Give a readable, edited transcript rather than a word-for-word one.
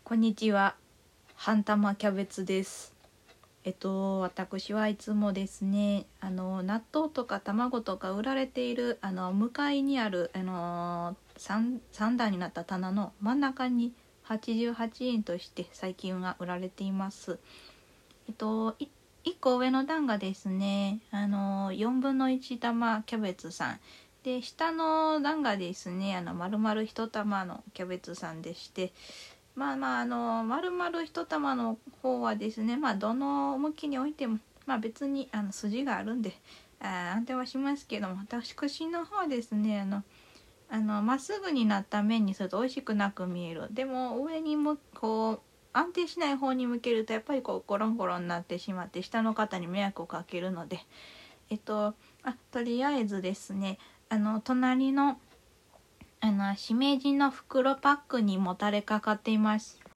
こんにちは、半玉キャベツです。私はいつもですね、納豆とか卵とか売られている向かいにある3段になった棚の真ん中に88円として最近は売られています。1個上の段がですね、4分の1玉キャベツさんで、下の段がですね、丸々1玉のキャベツさんでして、丸々一玉の方はですね、どの向きに置いても、別に筋があるんで安定はしますけども、私の方はですね、まっすぐになった面にすると美味しくなく見える。でも上にこう安定しない方に向けるとやっぱりこうゴロンゴロンになってしまって下の方に迷惑をかけるので、とりあえずですね、隣のしめじの袋パックにもたれかかっています。